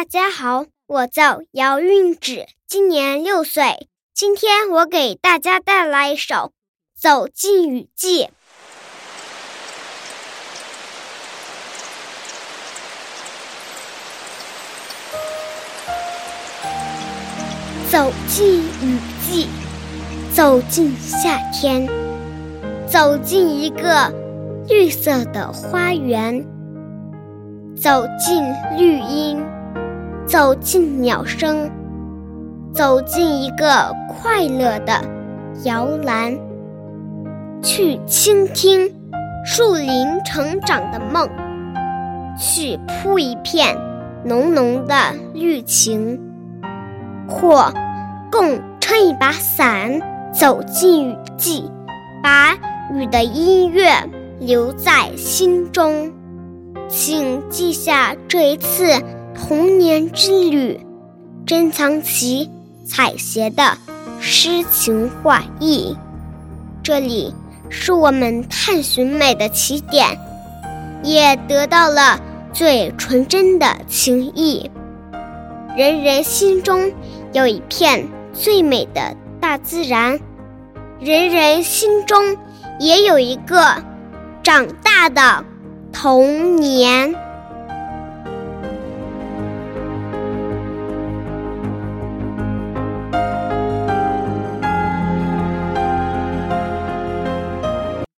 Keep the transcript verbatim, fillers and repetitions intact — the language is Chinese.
大家好，我叫姚韵芷，今年六岁。今天我给大家带来一首《走进雨季》。走进雨季，走进夏天，走进一个绿色的花园，走进绿荫，走进鸟声，走进一个快乐的摇篮，去倾听树林成长的梦，去铺一片浓浓的绿情，或共撑一把伞，走进雨季，把雨的音乐留在心中。请记下这一次童年之旅，珍藏其采撷的诗情画意。这里是我们探寻美的起点，也得到了最纯真的情谊。人人心中有一片最美的大自然，人人心中也有一个长大的童年。